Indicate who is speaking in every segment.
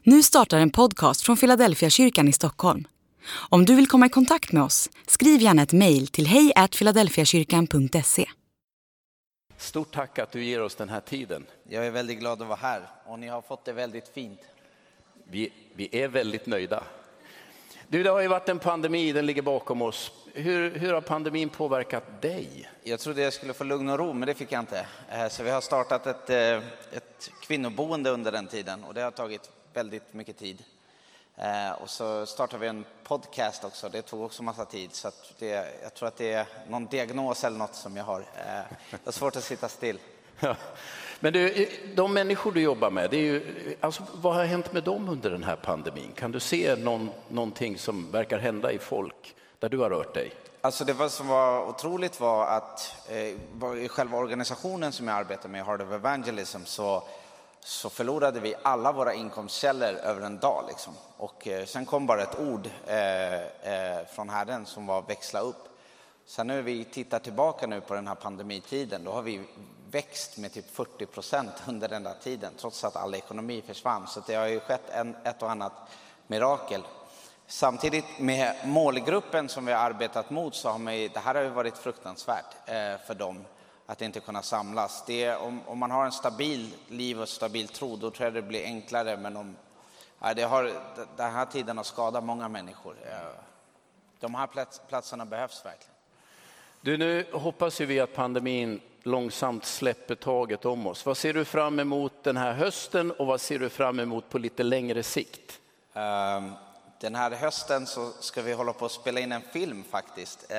Speaker 1: Nu startar en podcast från Philadelphia kyrkan i Stockholm. Om du vill komma i kontakt med oss, skriv gärna ett mejl till hej@philadelphiakyrkan.se.
Speaker 2: Stort tack att du ger oss den här tiden.
Speaker 3: Jag är väldigt glad att vara här och ni har fått det väldigt fint.
Speaker 2: Vi är väldigt nöjda. Det har ju varit en pandemi, den ligger bakom oss. Hur har pandemin påverkat dig?
Speaker 3: Jag trodde jag skulle få lugn och ro, men det fick jag inte. Så vi har startat ett kvinnoboende under den tiden och det har tagit väldigt mycket tid. Och så startade vi en podcast också, det tog också massa tid. Så att jag tror att det är någon diagnos eller något som jag har. Det är svårt att sitta still.
Speaker 2: Ja. Men de människor du jobbar med, det är ju, alltså, vad har hänt med dem under den här pandemin? Kan du se någonting som verkar hända i folk där du har rört dig?
Speaker 3: Alltså som var otroligt var att i själva organisationen som jag arbetar med, Heart of Evangelism, så förlorade vi alla våra inkomstkällor över en dag. Liksom. Och sen kom bara ett ord från Herren som var växla upp. Sen när vi tittar tillbaka nu på den här pandemitiden, då har vi växt med typ 40% under den där tiden, trots att all ekonomi försvann. Så det har ju skett ett och annat mirakel. Samtidigt med målgruppen som vi har arbetat mot så har det här har ju varit fruktansvärt för dem att inte kunna samlas. Om man har en stabil liv och stabil tro, då tror jag det blir enklare. Men den här tiden har skadat många människor. De här platserna behövs verkligen.
Speaker 2: Nu hoppas ju vi att pandemin långsamt släpper taget om oss. Vad ser du fram emot den här hösten och vad ser du fram emot på lite längre sikt?
Speaker 3: Den här hösten så ska vi hålla på att spela in en film faktiskt.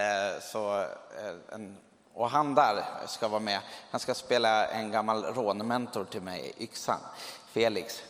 Speaker 3: Och han där ska vara med. Han ska spela en gammal rånmentor till mig, Yxan, Felix.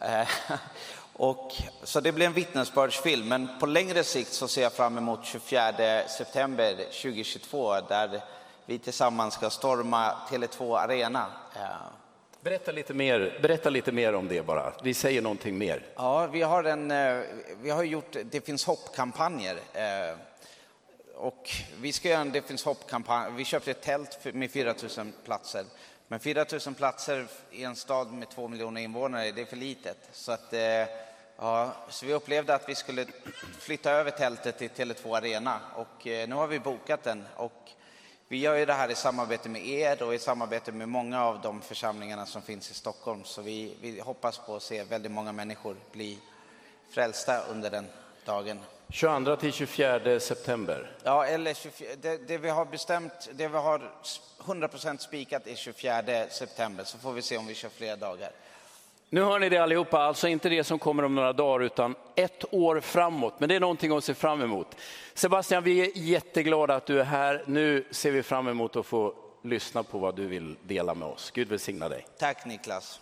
Speaker 3: Så det blir en vittnesbördsfilm. Men på längre sikt så ser jag fram emot 24 september 2022 där vi tillsammans ska storma Tele2 Arena.
Speaker 2: Berätta lite mer om det bara. Vi säger någonting mer.
Speaker 3: Ja, vi har gjort Det finns hopp-kampanjer. Och vi ska göra en Det finns hopp-kampanj. Vi köpte ett tält med 4 000 platser. Men 4 000 platser i en stad med 2 miljoner invånare, det är för litet. Så vi upplevde att vi skulle flytta över tältet till Tele2 Arena. Och nu har vi bokat den. Och vi gör ju det här i samarbete med er och i samarbete med många av de församlingarna som finns i Stockholm. Så vi hoppas på att se väldigt många människor bli frälsta under den dagen.
Speaker 2: 22 till 24 september.
Speaker 3: Ja, eller 24, det vi har bestämt, det vi har 100% spikat är 24 september. Så får vi se om vi kör fler dagar.
Speaker 2: Nu hör ni det allihopa, alltså inte det som kommer om några dagar utan 1 år framåt. Men det är någonting att se fram emot. Sebastian, vi är jätteglada att du är här. Nu ser vi fram emot att få lyssna på vad du vill dela med oss. Gud välsigna dig.
Speaker 3: Tack Niklas.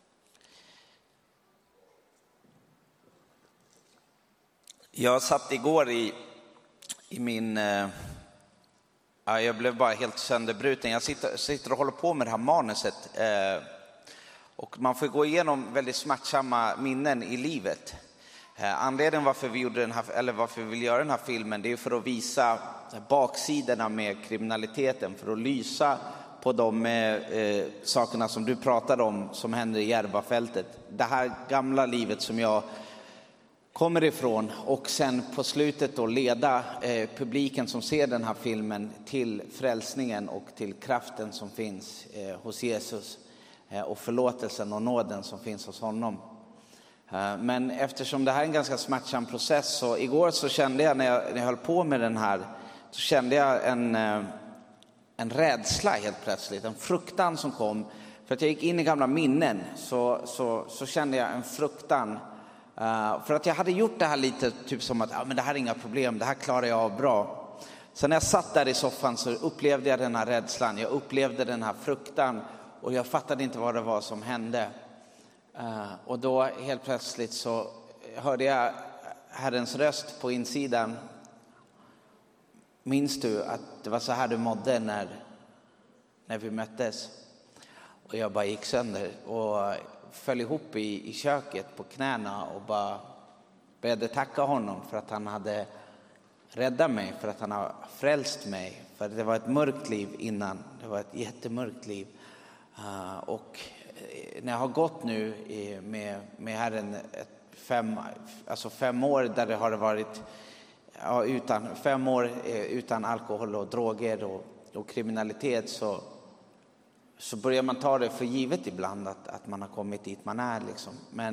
Speaker 3: Jag satt igår i min... jag blev bara helt sönderbruten. Jag sitter och håller på med det här manuset. Och man får gå igenom väldigt smärtsamma minnen i livet. Anledningen varför vi gjorde varför vi vill göra den här filmen, det är för att visa baksidorna med kriminaliteten, för att lysa på de sakerna som du pratade om som händer i Järvafältet. Det här gamla livet som jag kommer ifrån och sen på slutet då leda publiken som ser den här filmen till frälsningen och till kraften som finns hos Jesus och förlåtelsen och nåden som finns hos honom. Men eftersom det här är en ganska smärtsam process så igår så kände jag när jag höll på med den här så kände jag en rädsla helt plötsligt, en fruktan som kom för att jag gick in i gamla minnen så kände jag en fruktan för att jag hade gjort det här lite typ som att men det här är inga problem, det här klarar jag av bra. Så när jag satt där i soffan så upplevde jag den här rädslan, jag upplevde den här fruktan och jag fattade inte vad det var som hände. Och då helt plötsligt så hörde jag Herrens röst på insidan. Minns du att det var så här du mådde när vi möttes? Och jag bara gick sönder och föll ihop i köket på knäna och bara började tacka honom för att han hade räddat mig, för att han har frälst mig. För det var ett mörkt liv innan, det var ett jättemörkt liv. Och när jag har gått nu med Herren 5 år där det har varit 5 år utan alkohol och droger och kriminalitet, så börjar man ta det för givet ibland att man har kommit dit man är liksom.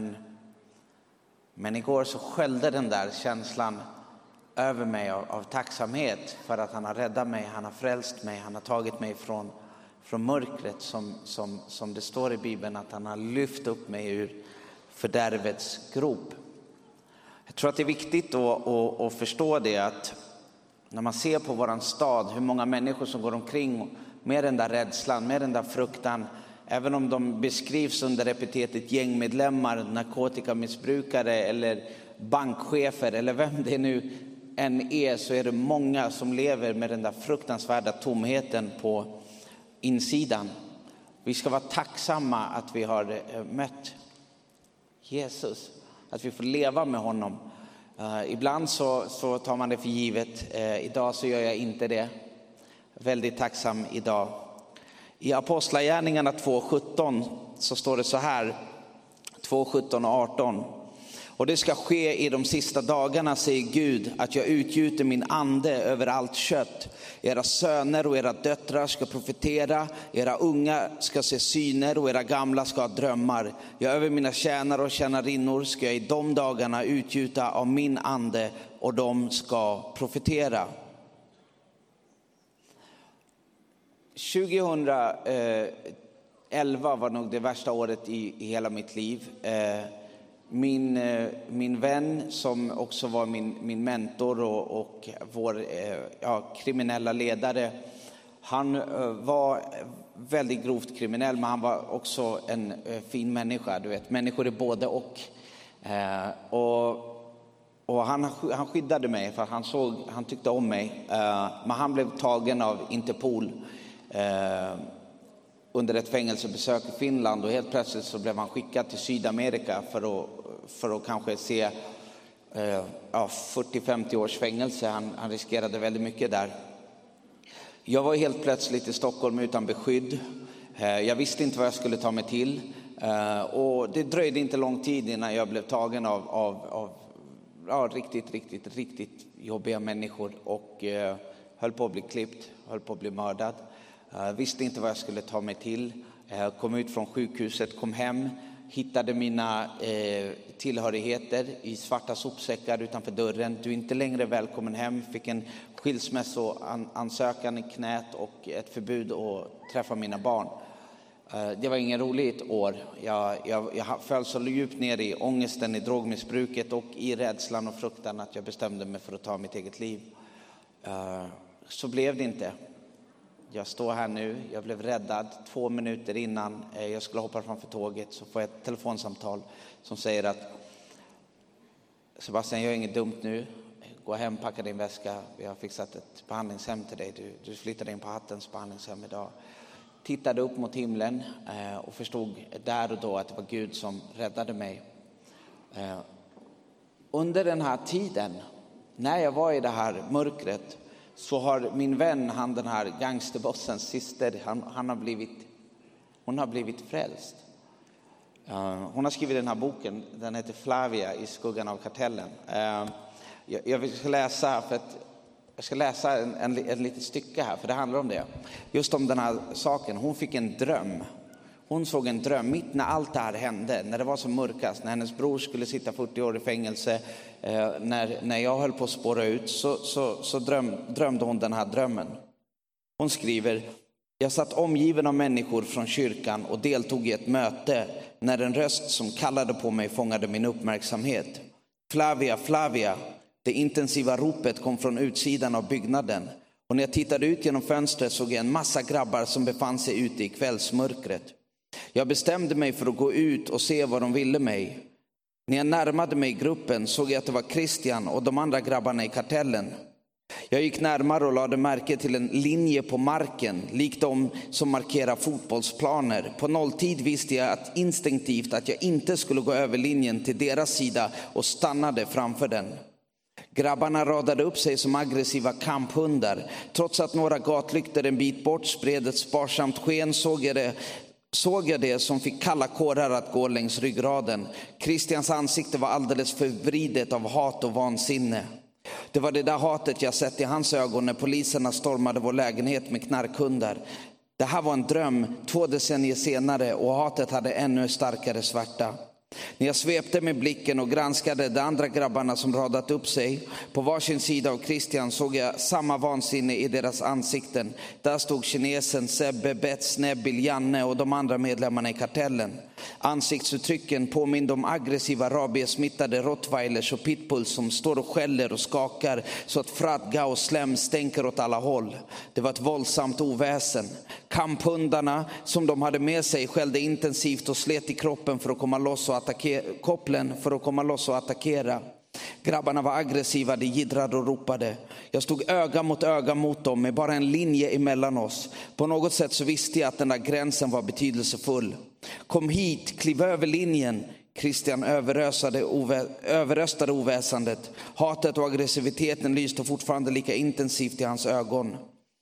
Speaker 3: Men igår så sköljde den där känslan över mig av tacksamhet för att han har räddat mig, han har frälst mig, han har tagit mig från mörkret som det står i Bibeln, att han har lyft upp mig ur fördärvets grop. Jag tror att det är viktigt att förstå det, att när man ser på våran stad, hur många människor som går omkring med den där rädslan, med den där fruktan, även om de beskrivs under epitetet gängmedlemmar, narkotikamissbrukare eller bankchefer eller vem det nu än är, så är det många som lever med den där fruktansvärda tomheten på insidan. Vi ska vara tacksamma att vi har mött Jesus, att vi får leva med honom. Ibland så tar man det för givet. Idag så gör jag inte det. Väldigt tacksam idag. I Apostlagärningarna 2:17 så står det så här, 2:17 och 18. Och det ska ske i de sista dagarna, säger Gud, att jag utgjuter min ande över allt kött. Era söner och era döttrar ska profetera, era unga ska se syner och era gamla ska ha drömmar. Jag över mina tjänare och tjänarinnor ska jag i de dagarna utgjuta av min ande och de ska profetera. 2011 var nog det värsta året i hela mitt liv. Min vän som också var min mentor och vår kriminella ledare, han var väldigt grovt kriminell, men han var också en fin människa. Du vet, människor är både och han skyddade mig för han tyckte om mig. Men han blev tagen av Interpol under ett fängelsebesök i Finland, och helt plötsligt så blev han skickad till Sydamerika för att kanske se 40-50 års fängelse. Han riskerade väldigt mycket där. Jag var helt plötsligt i Stockholm utan beskydd. Jag visste inte vad jag skulle ta mig till, och det dröjde inte lång tid innan jag blev tagen av riktigt jobbiga människor och höll på att bli klippt, höll på att bli mördad. Visste inte vad jag skulle ta mig till. Kom ut från sjukhuset, kom hem, hittade mina tillhörigheter i svarta sopsäckar utanför dörren. Du är inte längre välkommen hem. Fick en skilsmässoansökan i knät och ett förbud att träffa mina barn. Det var ingen roligt år. Jag föll så djupt ner i ångesten, i drogmissbruket och i rädslan och fruktan att jag bestämde mig för att ta mitt eget liv. Så blev det inte. Jag står här nu, jag blev räddad 2 minuter innan jag skulle hoppa framför tåget, så får jag ett telefonsamtal som säger att Sebastian, jag är inget dumt nu. Gå hem, packa din väska. Vi har fixat ett behandlingshem till dig. Du flyttar in på Hattens behandlingshem idag. Tittade upp mot himlen och förstod där och då att det var Gud som räddade mig. Under den här tiden, när jag var i det här mörkret, så har min vän, den här gangsterbossens syster, hon har blivit frälst. Hon har skrivit den här boken, den heter Flavia, i skuggan av kartellen. Jag ska läsa en litet stycke här, för det handlar om det. Just om den här saken. Hon fick en dröm. Hon såg en dröm mitt när allt det här hände, när det var som mörkast, när hennes bror skulle sitta 40 år i fängelse, när jag höll på att spåra ut, så drömde hon den här drömmen. Hon skriver: jag satt omgiven av människor från kyrkan och deltog i ett möte när en röst som kallade på mig fångade min uppmärksamhet. Flavia, Flavia. Det intensiva ropet kom från utsidan av byggnaden, och när jag tittade ut genom fönstret såg jag en massa grabbar som befann sig ute i kvällsmörkret. Jag bestämde mig för att gå ut och se vad de ville mig. När jag närmade mig gruppen såg jag att det var Christian och de andra grabbarna i kartellen. Jag gick närmare och lade märke till en linje på marken, likt de som markerar fotbollsplaner. På nolltid visste jag instinktivt att jag inte skulle gå över linjen till deras sida och stannade framför den. Grabbarna radade upp sig som aggressiva kamphundar. Trots att några gatlyktor en bit bort spred ett sparsamt sken såg jag det såg jag det som fick kalla kårar att gå längs ryggraden. Christians ansikte var alldeles förvridet av hat och vansinne. Det var det där hatet jag sett i hans ögon när poliserna stormade vår lägenhet med knarkhundar. Det här var en dröm 2 decennier senare och hatet hade ännu starkare svärta. När jag svepte med blicken och granskade de andra grabbarna som radat upp sig på varsin sida av Christian såg jag samma vansinne i deras ansikten. Där stod kinesen, Sebbe, Bets, Nebbil, Janne och de andra medlemmarna i kartellen. Ansiktsuttrycken påminner om aggressiva rabiesmittade rottweilers och pitbulls som står och skäller och skakar så att fradga och slem stänker åt alla håll. Det var ett våldsamt oväsen. Kamphundarna som de hade med sig skällde intensivt och slet i kroppen för att komma loss och attackera. Grabbarna var aggressiva, de giddrade och ropade. Jag stod öga mot dem med bara en linje emellan oss. På något sätt så visste jag att den där gränsen var betydelsefull. Kom hit, kliv över linjen. Christian överröstade oväsandet. Hatet och aggressiviteten lyste fortfarande lika intensivt i hans ögon.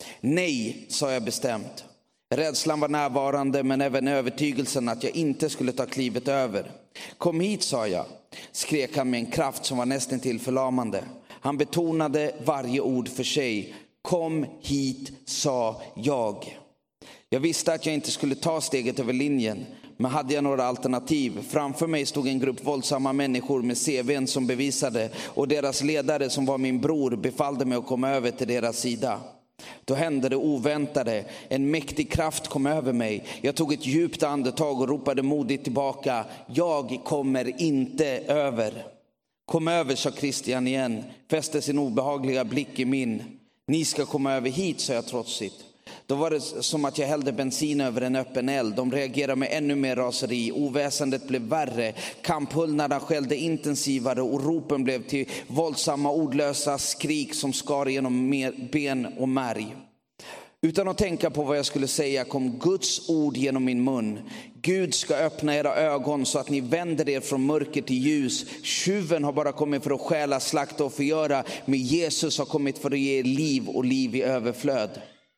Speaker 3: Nej, sa jag bestämt. Rädslan var närvarande men även övertygelsen att jag inte skulle ta klivet över. Kom hit, sa jag, skrek han med en kraft som var nästan till förlamande. Han betonade varje ord för sig. Kom hit, sa jag. Jag visste att jag inte skulle ta steget över linjen, men hade jag några alternativ? Framför mig stod en grupp våldsamma människor med CV:n som bevisade och deras ledare som var min bror befallde mig att komma över till deras sida. Då hände det oväntade. En mäktig kraft kom över mig. Jag tog ett djupt andetag och ropade modigt tillbaka. Jag kommer inte över. Kom över, sa Christian igen. Fäste sin obehagliga blick i min. Ni ska komma över hit, sa jag trotsigt. Då var det som att jag hällde bensin över en öppen eld. De reagerade med ännu mer raseri. Oväsendet blev värre. Kamphuldarna skällde intensivare och ropen blev till våldsamma ordlösa skrik som skar genom ben och märg. Utan att tänka på vad jag skulle säga kom Guds ord genom min mun. Gud ska öppna era ögon så att ni vänder er från mörker till ljus. Tjuven har bara kommit för att stjäla, slakta och förgöra. Men Jesus har kommit för att ge liv och liv i överflöd.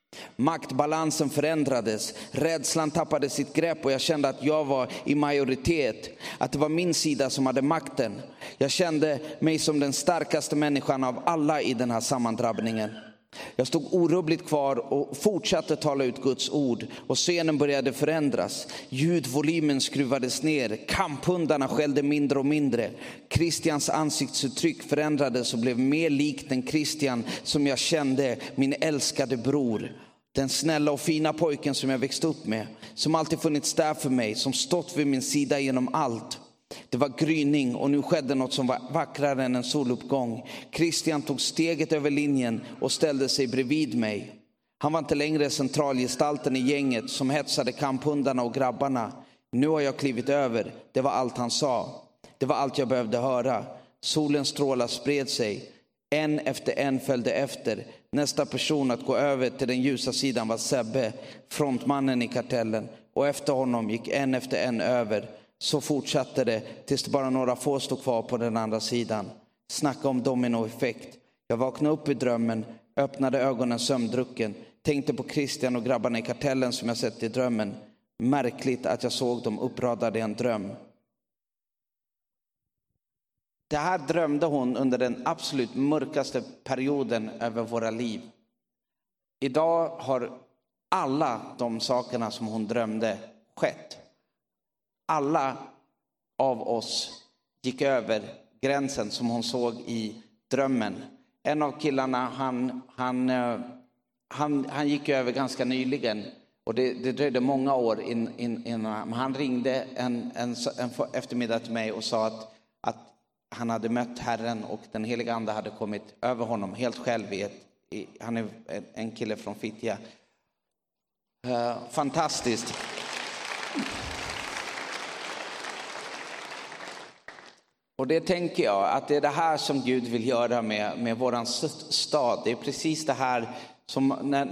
Speaker 3: Maktbalansen förändrades. Rädslan tappade sitt grepp och jag kände att jag var i majoritet. Att det var min sida som hade makten. Jag kände mig som den starkaste människan av alla i den här sammandrabbningen. Jag stod orubbligt kvar och fortsatte tala ut Guds ord. Och scenen började förändras. Ljudvolymen skruvades ner. Kamphundarna skällde mindre och mindre. Christians ansiktsuttryck förändrades och blev mer likt den Christian som jag kände, min älskade bror. Den snälla och fina pojken som jag växt upp med. Som alltid funnits där för mig. Som stått vid min sida genom allt. Det var gryning och nu skedde något som var vackrare än en soluppgång. Christian tog steget över linjen och ställde sig bredvid mig. Han var inte längre centralgestalten i gänget som hetsade kamphundarna och grabbarna. Nu har jag klivit över. Det var allt han sa. Det var allt jag behövde höra. Solens strålar spred sig. En efter en följde efter. Nästa person att gå över till den ljusa sidan var Sebbe, frontmannen i kartellen. Och efter honom gick en efter en över. Så fortsatte det tills det bara några få stod kvar på den andra sidan. Snacka om dominoeffekt. Jag vaknade upp i drömmen, öppnade ögonen sömndrucken. Tänkte på Christian och grabbarna i kartellen som jag sett i drömmen. Märkligt att jag såg dem uppradade i en dröm. Det här drömde hon under den absolut mörkaste perioden över våra liv. Idag har alla de sakerna som hon drömde skett. Alla av oss gick över gränsen som hon såg i drömmen. En av killarna, han gick över ganska nyligen. Och det dröjde många år innan han ringde en eftermiddag till mig och sa att han hade mött Herren och den heliga ande hade kommit över honom helt själv. Han är en kille från Fittja. Fantastiskt. Och det tänker jag att det är det här som Gud vill göra med våran stad. Det är precis det här som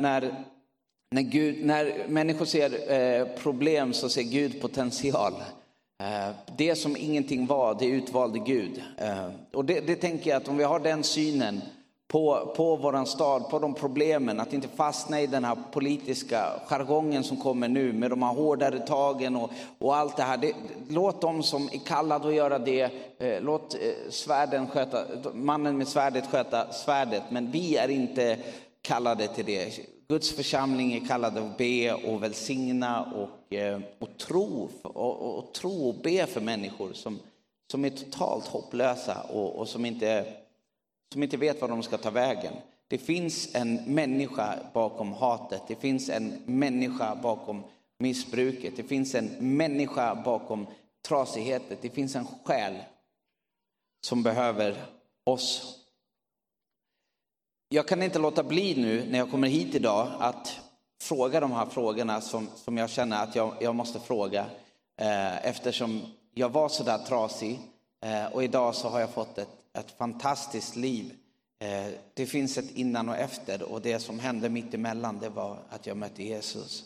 Speaker 3: när människor ser problem så ser Gud potential. Det som ingenting var, det utvalde Gud. Och det tänker jag att om vi har den synen på våran stad, på de problemen. Att inte fastna i den här politiska jargongen som kommer nu med de här hårdare tagen och allt det här. Låt dem som är kallade att göra det. Låt mannen med svärdet sköta svärdet. Men vi är inte kallade till det. Guds församling är kallade att be och välsigna och tro och be för människor som är totalt hopplösa och som inte vet vad de ska ta vägen. Det finns en människa bakom hatet. Det finns en människa bakom missbruket. Det finns en människa bakom trasigheten. Det finns en själ som behöver oss. Jag kan inte låta bli nu när jag kommer hit idag att fråga de här frågorna som jag känner att jag måste fråga. Eftersom jag var så där trasig och idag så har jag fått ett fantastiskt liv. Det finns ett innan och efter, och det som hände mitt emellan, det var att jag mötte Jesus.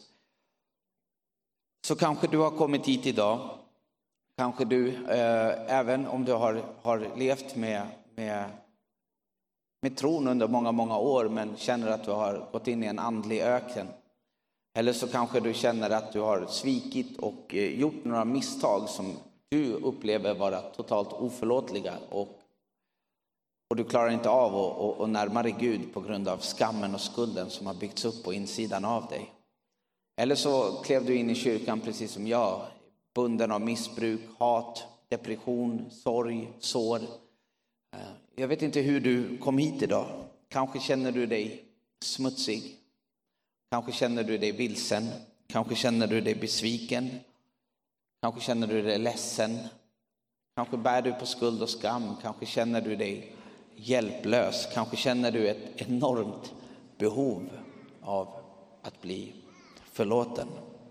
Speaker 3: Så kanske du har kommit hit idag. Kanske du, även om du har levt med tron under många, många år, men känner att du har gått in i en andlig öken. Eller så kanske du känner att du har svikit och gjort några misstag som du upplever vara totalt oförlåtliga, och du klarar inte av att närma dig Gud på grund av skammen och skulden som har byggts upp på insidan av dig. Eller så klev du in i kyrkan precis som jag, bunden av missbruk, hat, depression, sorg, sår. Jag vet inte hur du kom hit idag. Kanske känner du dig smutsig. Kanske känner du dig vilsen. Kanske känner du dig besviken. Kanske känner du dig ledsen. Kanske bär du på skuld och skam. Kanske känner du dig hjälplös. Kanske känner du ett enormt behov av att bli förlåten.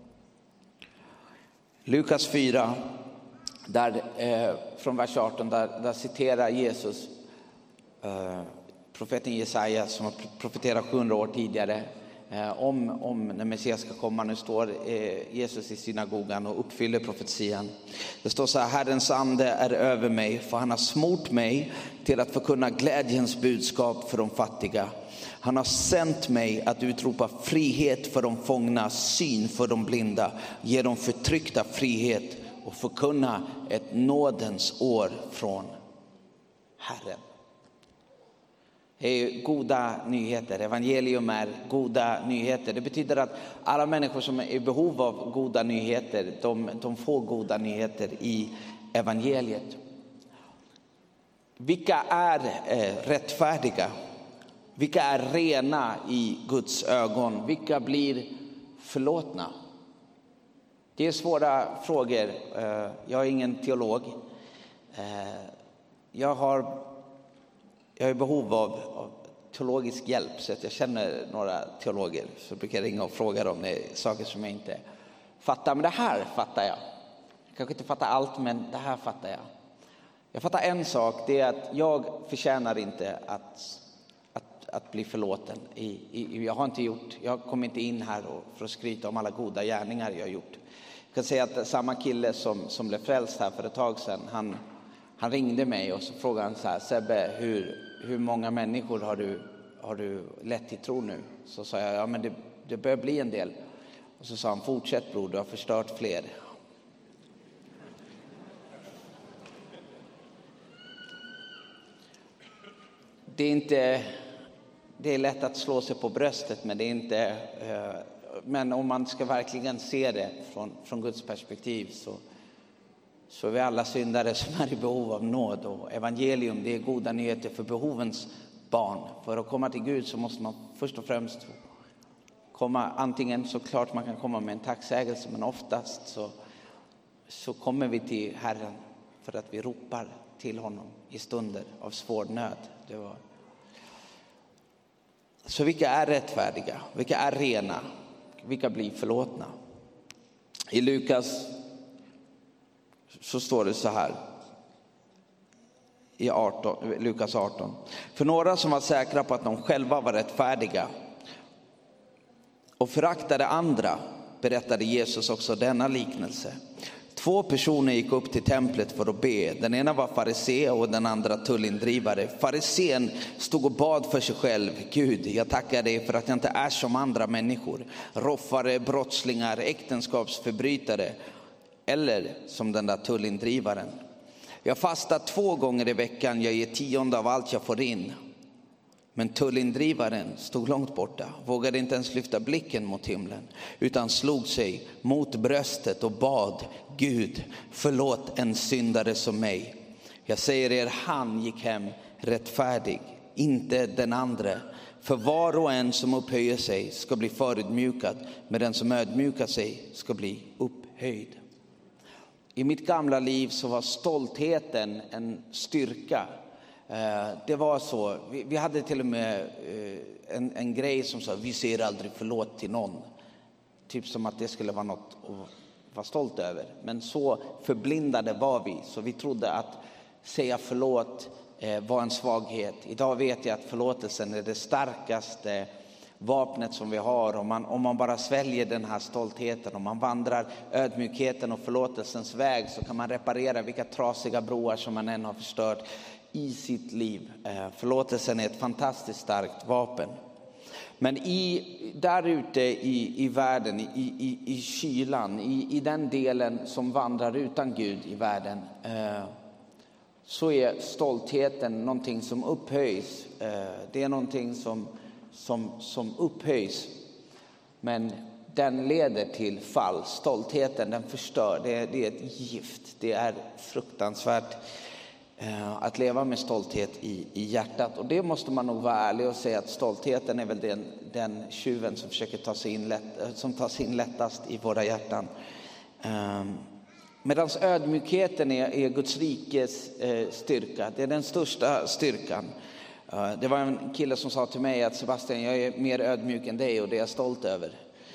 Speaker 3: Lukas 4, där, från vers 18, där citerar Jesus profeten Jesaja som har profeterat 700 år tidigare om när Messias ska komma. Nu står Jesus i synagogan och uppfyller profetian. Det står så här: Herrens ande är över mig, för han har smort mig till att förkunna glädjens budskap för de fattiga. Han har sänt mig att utropa frihet för de fångna, syn för de blinda, ge de förtryckta frihet och förkunna ett nådens år från Herren. Det är goda nyheter. Evangelium är goda nyheter. Det betyder att alla människor som är i behov av goda nyheter, de får goda nyheter i evangeliet. Vilka är rättfärdiga? Vilka är rena i Guds ögon? Vilka blir förlåtna? Det är svåra frågor. Jag är ingen teolog. Jag är i behov av teologisk hjälp, så att jag känner några teologer, så brukar jag ringa och fråga dem. Det är saker som jag inte fattar, men det här fattar jag. Jag kanske inte fattar allt, men det här fattar jag. Jag fattar en sak, det är att jag förtjänar inte att bli förlåten. Jag kommer inte in här för att skryta om alla goda gärningar jag har gjort. Jag kan säga att samma kille som blev frälst här för ett tag sedan, han ringde mig och så frågade han så här: Sebbe, hur många människor har du lett till tro nu? Så sa jag, ja men det börjar bli en del. Och så sa han, fortsätt bror, du har förstört fler. Det är lätt att slå sig på bröstet, men det är inte. Men om man ska verkligen se det från Guds perspektiv, så är vi alla syndare som är i behov av nåd. Och evangelium, det är goda nyheter för behovens barn. För att komma till Gud så måste man först och främst komma, antingen såklart man kan komma med en tacksägelse, men oftast så kommer vi till Herren för att vi ropar till honom i stunder av svår nöd. Så vilka är rättfärdiga? Vilka är rena? Vilka blir förlåtna? I Lukas så står det så här i Lukas 18. För några som var säkra på att de själva var rättfärdiga och föraktade andra berättade Jesus också denna liknelse. 2 personer gick upp till templet för att be. Den ena var farisé och den andra tullindrivare. Farisén stod och bad för sig själv. Gud, jag tackar dig för att jag inte är som andra människor. Roffare, brottslingar, äktenskapsförbrytare. Eller som den där tullindrivaren. Jag fastar 2 gånger i veckan. Jag ger 10% av allt jag får in. Men tullindrivaren stod långt borta, vågade inte ens lyfta blicken mot himlen, utan slog sig mot bröstet och bad: Gud, förlåt en syndare som mig. Jag säger er, han gick hem rättfärdig, inte den andra. För var och en som upphöjer sig ska bli förödmjukad, men den som ödmjukar sig ska bli upphöjd. I mitt gamla liv så var stoltheten en styrka. Det var så, vi hade till och med en grej som sa: vi säger aldrig förlåt till någon. Typ som att det skulle vara något att vara stolt över. Men så förblindade var vi, så vi trodde att säga förlåt var en svaghet. Idag vet jag att förlåtelsen är det starkaste vapnet som vi har. Om man bara sväljer den här stoltheten, om man vandrar ödmjukheten och förlåtelsens väg, så kan man reparera vilka trasiga broar som man än har förstört i sitt liv. Förlåtelsen är ett fantastiskt starkt vapen. Men där ute i världen, i kylan, i den delen som vandrar utan Gud i världen, så är stoltheten någonting som upphöjs. Det är någonting som upphöjs, men den leder till fall. Stoltheten, den förstör. Det är ett gift. Det är fruktansvärt att leva med stolthet i hjärtat. Och det måste man nog vara ärlig och säga, att stoltheten är väl den tjuven som försöker ta sig in lättast i våra hjärtan. Medan ödmjukheten är Guds rikes styrka. Det är den största styrkan. Det var en kille som sa till mig att: Sebastian, jag är mer ödmjuk än dig, och det är jag stolt över.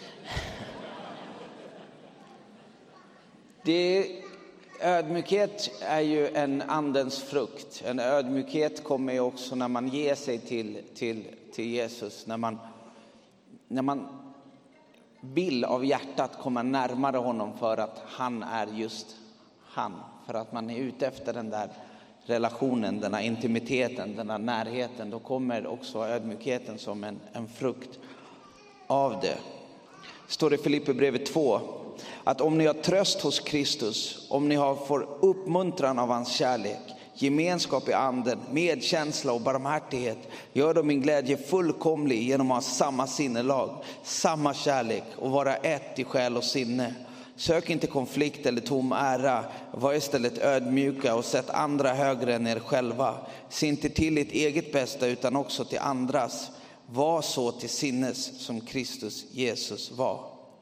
Speaker 3: Ödmjukhet är ju en andens frukt. En ödmjukhet kommer ju också när man ger sig till Jesus. När man vill av hjärtat komma närmare honom för att han är just han. För att man är ute efter den där relationen, den här intimiteten, den här närheten. Då kommer också ödmjukheten som en frukt av det. Står det i Filipperbrevet 2. Att om ni har tröst hos Kristus, om ni får uppmuntran av hans kärlek, gemenskap i anden, medkänsla och barmhärtighet, gör då min glädje fullkomlig genom att ha samma sinnelag, samma kärlek och vara ett i själ och sinne. Sök inte konflikt eller tom ära, var istället ödmjuka och sätt andra högre än er själva. Se inte till ert eget bästa utan också till andras. Var så till sinnes som Kristus Jesus var.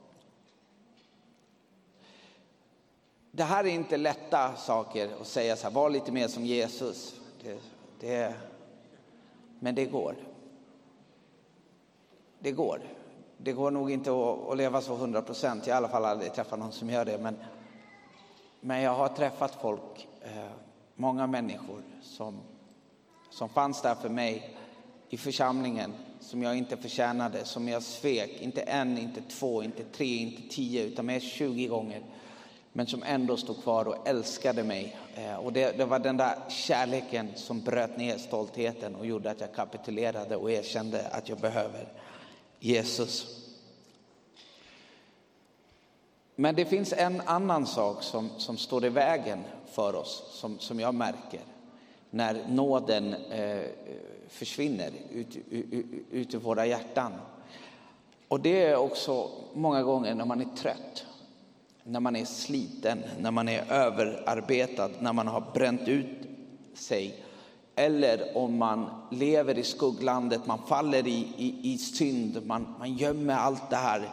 Speaker 3: Det här är inte lätta saker att säga så här: var lite mer som Jesus. Men det går. Det går nog inte att leva så 100%. I alla fall aldrig träffat någon som gör det. Men jag har träffat folk, många människor som fanns där för mig i församlingen, som jag inte förtjänade, som jag svek. Inte 1, inte 2, inte 3, inte 10, utan mer 20 gånger. Men som ändå stod kvar och älskade mig. Och det var den där kärleken som bröt ner stoltheten och gjorde att jag kapitulerade och erkände att jag behöver Jesus. Men det finns en annan sak som står i vägen för oss, som jag märker när nåden försvinner ut ur våra hjärtan. Och det är också många gånger när man är trött, när man är sliten, när man är överarbetad, när man har bränt ut sig. Eller om man lever i skugglandet, man faller i synd, man gömmer allt det här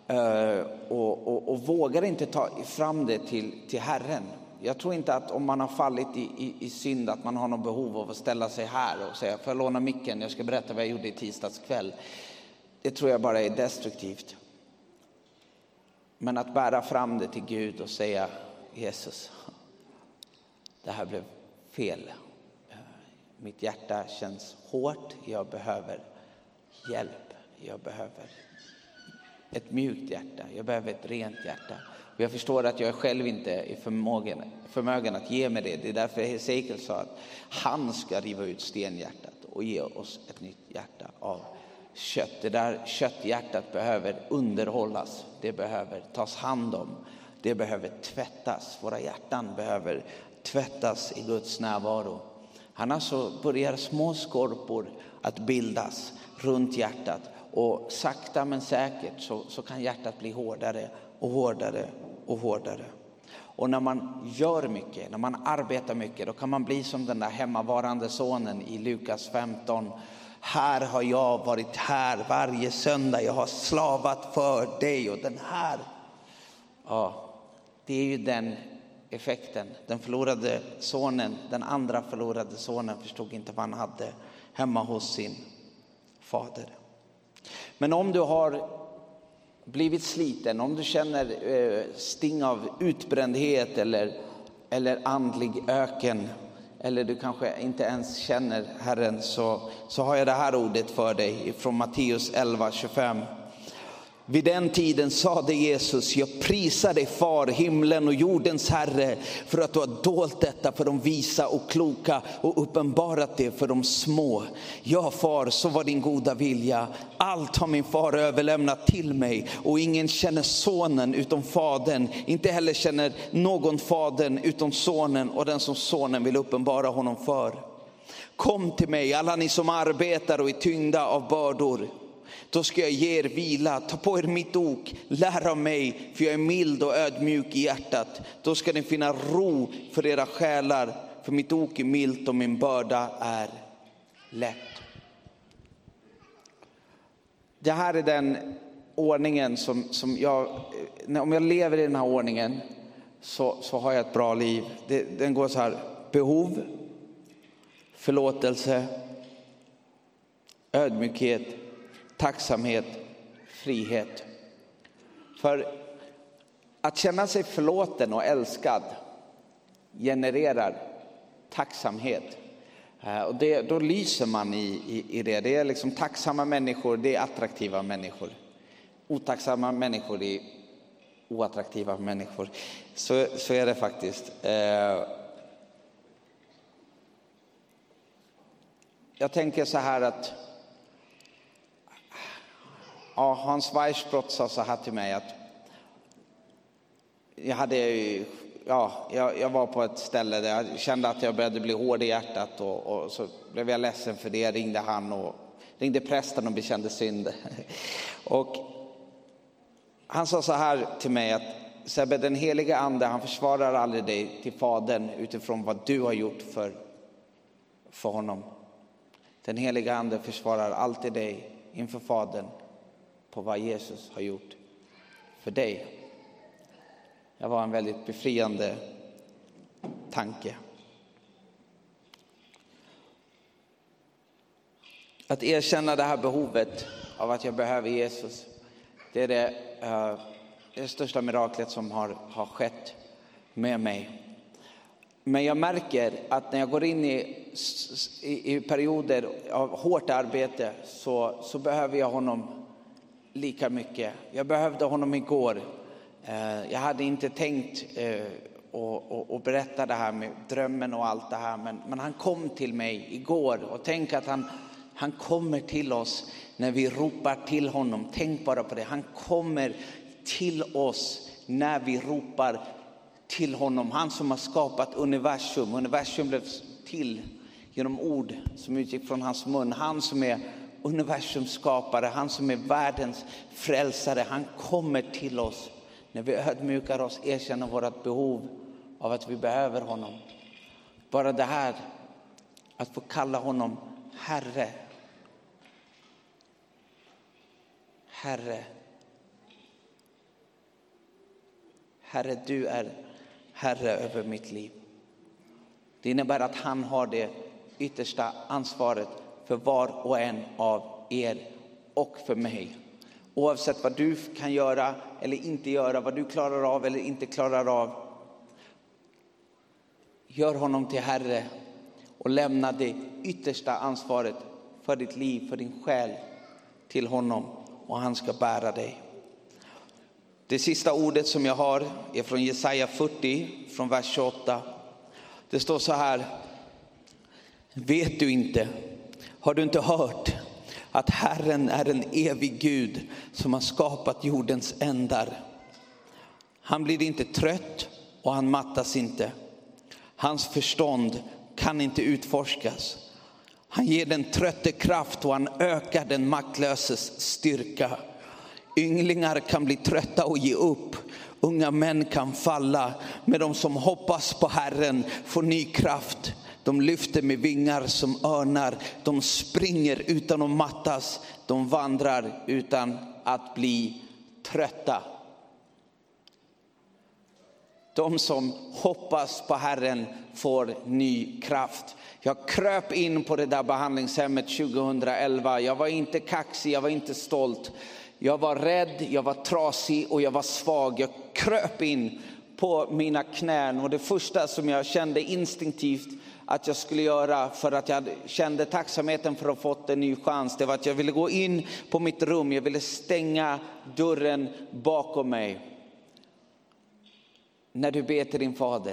Speaker 3: och vågar inte ta fram det till Herren. Jag tror inte att om man har fallit i synd att man har någon behov av att ställa sig här och säga: får jag låna micken, jag ska berätta vad jag gjorde i tisdags kväll. Det tror jag bara är destruktivt. Men att bära fram det till Gud och säga: Jesus, det här blev fel. Mitt hjärta känns hårt. Jag behöver hjälp. Jag behöver ett mjukt hjärta. Jag behöver ett rent hjärta. Och jag förstår att jag själv inte är förmögen att ge mig det. Det är därför Hesekiel sa att han ska riva ut stenhjärtat och ge oss ett nytt hjärta av kött. Det där kötthjärtat behöver underhållas. Det behöver tas hand om. Det behöver tvättas. Våra hjärtan behöver tvättas i Guds närvaro. Annars så börjar små skorpor att bildas runt hjärtat. Och sakta men säkert så kan hjärtat bli hårdare och hårdare och hårdare. Och när man gör mycket, när man arbetar mycket, då kan man bli som den där hemmavarande sonen i Lukas 15. Här har jag varit här varje söndag. Jag har slavat för dig och den här. Ja, det är ju den effekten. Den förlorade sonen, den andra förlorade sonen förstod inte vad han hade hemma hos sin fader. Men om du har blivit sliten, om du känner sting av utbrändhet eller andlig öken, eller du kanske inte ens känner Herren, så har jag det här ordet för dig från Matteus 11:25. Vid den tiden sade Jesus: jag prisar dig, far, himlen och jordens herre, för att du har dolt detta för de visa och kloka och uppenbarat det för de små. Ja, far, så var din goda vilja. Allt har min far överlämnat till mig, och ingen känner sonen utom fadern. Inte heller känner någon fadern utom sonen och den som sonen vill uppenbara honom för. Kom till mig, alla ni som arbetar och är tyngda av bördor. Då ska jag ge er vila. Ta på er mitt ok, lär av mig, för jag är mild och ödmjuk i hjärtat. Då ska ni finna ro för era själar, för mitt ok är milt och min börda är lätt. Det här är den ordningen som jag, om jag lever i den här ordningen så har jag ett bra liv. Den går så här: behov, förlåtelse, ödmjukhet, tacksamhet, frihet. För att känna sig förlåten och älskad genererar tacksamhet. Och då lyser man i det. Det är liksom tacksamma människor, det är attraktiva människor. Otacksamma människor är oattraktiva människor. Så är det faktiskt. Jag tänker så här att Hans Weissbrott sa så här till mig att jag var på ett ställe där jag kände att jag började bli hård i hjärtat, och så blev jag ledsen för det. Ringde prästen och bekände synd. Och han sa så här till mig att Sebbe, den heliga ande, han försvarar aldrig dig till fadern utifrån vad du har gjort för honom. Den heliga ande försvarar alltid dig inför fadern på vad Jesus har gjort för dig. Det var en väldigt befriande tanke. Att erkänna det här behovet av att jag behöver Jesus, det är det största miraklet som har skett med mig. Men jag märker att när jag går in i perioder av hårt arbete så behöver jag honom lika mycket. Jag behövde honom igår. Jag hade inte tänkt att berätta det här med drömmen och allt det här. Men han kom till mig igår. Och tänk att han kommer till oss när vi ropar till honom. Tänk bara på det. Han kommer till oss när vi ropar till honom. Han som har skapat universum. Universum blev till genom ord som utgick från hans mun. Han som är universums skapare. Han som är världens frälsare. Han kommer till oss när vi ödmjukar oss, erkänner vårt behov av att vi behöver honom. Bara det här, att få kalla honom Herre. Herre. Herre, du är Herre över mitt liv. Det innebär att han har det yttersta ansvaret för var och en av er och för mig. Oavsett vad du kan göra eller inte göra, vad du klarar av eller inte klarar av. Gör honom till Herre och lämna det yttersta ansvaret för ditt liv, för din själ till honom, och han ska bära dig. Det sista ordet som jag har är från Jesaja 40, från vers 28. Det står så här: vet du inte, har du inte hört att Herren är en evig Gud som har skapat jordens ändar? Han blir inte trött och han mattas inte. Hans förstånd kan inte utforskas. Han ger den trötte kraft och han ökar den maktlöses styrka. Ynglingar kan bli trötta och ge upp. Unga män kan falla. Men de som hoppas på Herren får ny kraft. De lyfter med vingar som örnar. De springer utan att mattas. De vandrar utan att bli trötta. De som hoppas på Herren får ny kraft. Jag kröp in på det där behandlingshemmet 2011. Jag var inte kaxig, jag var inte stolt. Jag var rädd, jag var trasig och jag var svag. Jag kröp in på mina knän. Och det första som jag kände instinktivt att jag skulle göra, för att jag kände tacksamheten för att ha fått en ny chans, det var att jag ville gå in på mitt rum. Jag ville stänga dörren bakom mig. När du ber till din fader,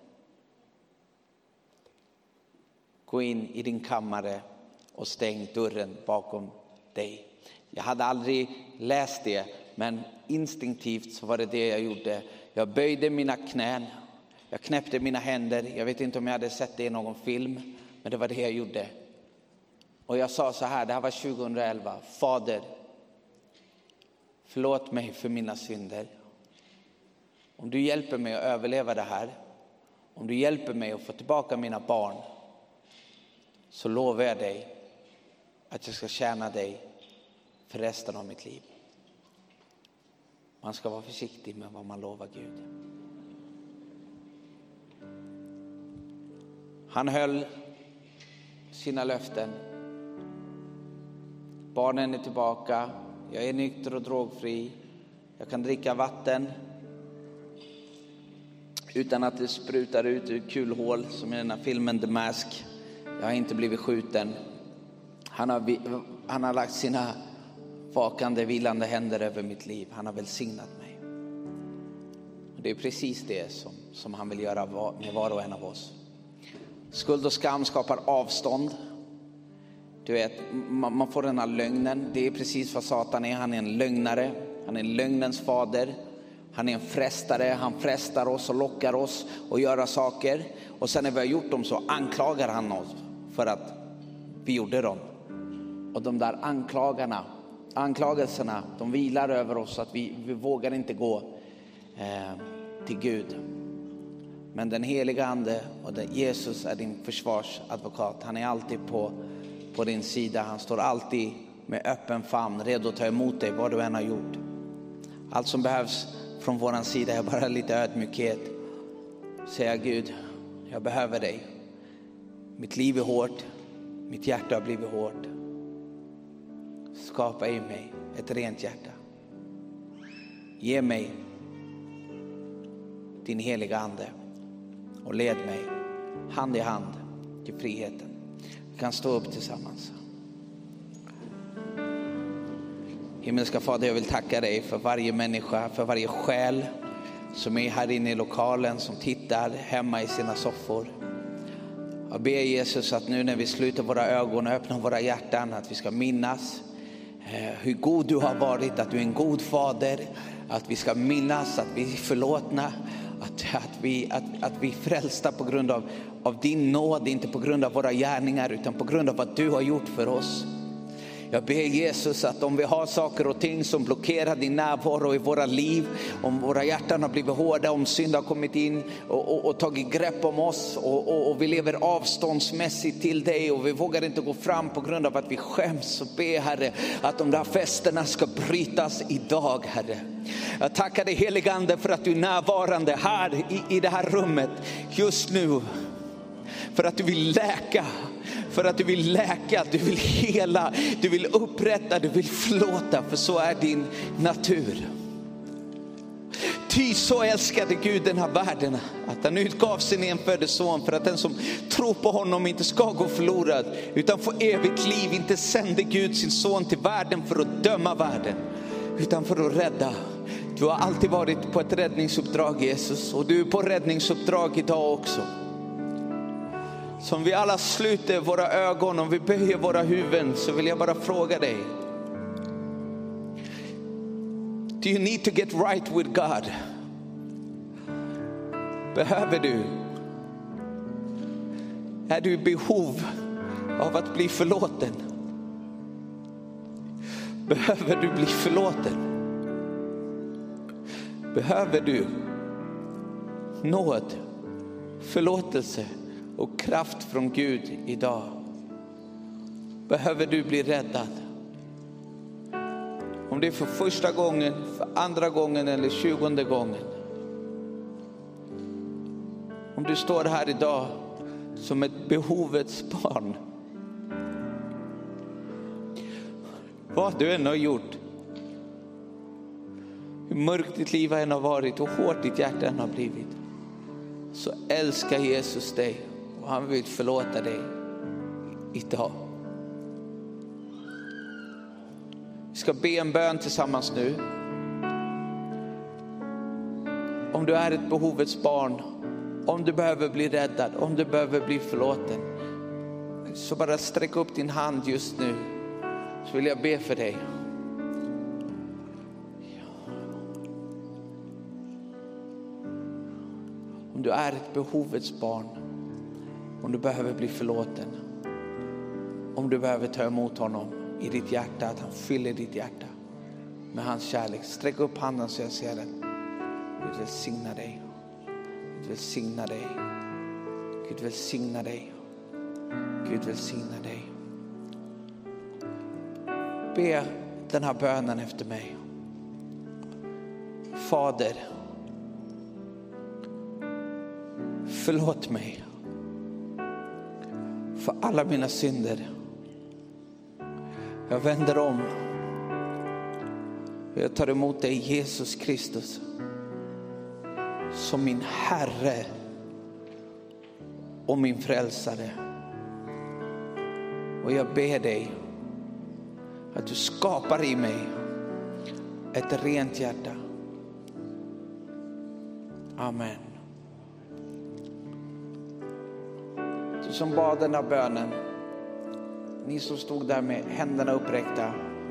Speaker 3: gå in i din kammare och stäng dörren bakom dig. Jag hade aldrig läst det, men instinktivt så var det det jag gjorde. Jag böjde mina knän, jag knäppte mina händer. Jag vet inte om jag hade sett det i någon film, men det var det jag gjorde. Och jag sa så här, det här var 2011. Fader, förlåt mig för mina synder. Om du hjälper mig att överleva det här, om du hjälper mig att få tillbaka mina barn, så lovar jag dig att jag ska tjäna dig för resten av mitt liv. Man ska vara försiktig med vad man lovar Gud. Han höll sina löften. Barnen är tillbaka. Jag är nykter och drogfri. Jag kan dricka vatten utan att det sprutar ut ur kulhål som i den här filmen The Mask. Jag har inte blivit skjuten. Han har lagt sina vakande, vilande händer över mitt liv. Han har välsignat mig. Och det är precis det som han vill göra med var och en av oss. Skuld och skam skapar avstånd. Du vet, man får den här lögnen. Det är precis vad Satan är. Han är en lögnare. Han är en lögnens fader. Han är en frestare. Han frestar oss och lockar oss att göra saker. Och sen när vi har gjort dem så anklagar han oss för att vi gjorde dem. Och de där anklagelserna, de vilar över oss, att vi vågar inte gå till Gud. Men den heliga ande och Jesus är din försvarsadvokat. Han är alltid på din sida. Han står alltid med öppen famn, redo att ta emot dig vad du än har gjort. Allt som behövs från våran sida är bara lite ödmjukhet. Säga Gud, jag behöver dig. Mitt liv är hårt. Mitt hjärta har blivit hårt. Skapa i mig ett rent hjärta. Ge mig din heliga ande och led mig hand i hand till friheten. Vi kan stå upp tillsammans. Himmelska Fader, jag vill tacka dig för varje människa, för varje själ som är här inne i lokalen, som tittar hemma i sina soffor. Jag ber Jesus att nu när vi sluter våra ögon och öppnar våra hjärtan, att vi ska minnas hur god du har varit, att du är en god fader, att vi ska minnas att vi är förlåtna, att vi är frälsta på grund av din nåd, inte på grund av våra gärningar utan på grund av vad du har gjort för oss. Jag ber Jesus att om vi har saker och ting som blockerar din närvaro i våra liv, om våra hjärtan har blivit hårda, om synd har kommit in och tagit grepp om oss och vi lever avståndsmässigt till dig och vi vågar inte gå fram på grund av att vi skäms, så be Herre att de där fästena ska brytas idag, Herre. Jag tackar dig helige Ande för att du är närvarande här i det här rummet just nu. För att du vill läka, för att du vill läka, du vill hela, du vill upprätta, du vill förlåta, för så är din natur. Ty så älskade Gud den här världen att han utgav sin enfödde son för att den som tror på honom inte ska gå förlorad utan få evigt liv. Inte sände Gud sin son till världen för att döma världen utan för att rädda.
Speaker 4: Du har alltid varit på ett räddningsuppdrag, Jesus, och du är på räddningsuppdrag idag också. Som vi alla sluter våra ögon och vi böjer våra huvuden, så vill jag bara fråga dig. Do you need to get right with God? Behöver du? Är du i behov av att bli förlåten? Behöver du bli förlåten? Behöver du nåd, förlåtelse och kraft från Gud idag? Behöver du bli räddad? Om det är för första gången, för andra gången eller 20:e gången. Om du står här idag som ett behovets barn. Vad du än har gjort, hur mörkt ditt liv än har varit och hårt ditt hjärta än har blivit, så älskar Jesus dig och han vill förlåta dig idag. Vi ska be en bön tillsammans nu. Om du är ett behovets barn, om du behöver bli räddad, om du behöver bli förlåten, så bara sträck upp din hand just nu, så vill jag be för dig. Om du är ett behovets barn, om du behöver bli förlåten, om du behöver ta emot honom i ditt hjärta, att han fyller ditt hjärta med hans kärlek, sträck upp handen så jag ser den. Gud välsigna dig. Gud välsigna dig. Gud välsigna dig. Gud välsigna dig. Be den här bönen efter mig. Fader, förlåt mig för alla mina synder. Jag vänder om. Jag tar emot dig, Jesus Kristus, som min Herre och min frälsare. Och jag ber dig att du skapar i mig ett rent hjärta. Amen. Du som bad den här bönen, ni som stod där med händerna uppräckta,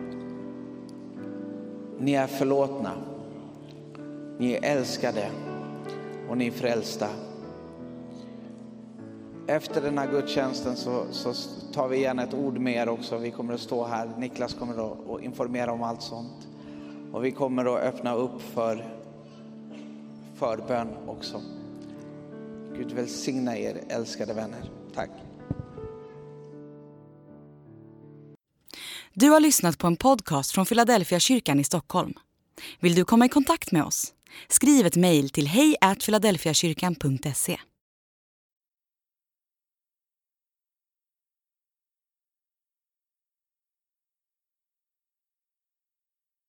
Speaker 4: ni är förlåtna, ni är älskade och ni är frälsta. Efter den här gudstjänsten så tar vi gärna ett ord med er också. Vi kommer att stå här, Niklas kommer att informera om allt sånt. Och vi kommer att öppna upp för förbön också. Gud välsigna er, älskade vänner. Tack.
Speaker 1: Du har lyssnat på en podcast från Philadelphia kyrkan i Stockholm. Vill du komma i kontakt med oss? Skriv ett mejl till hej@philadelphiakyrkan.se.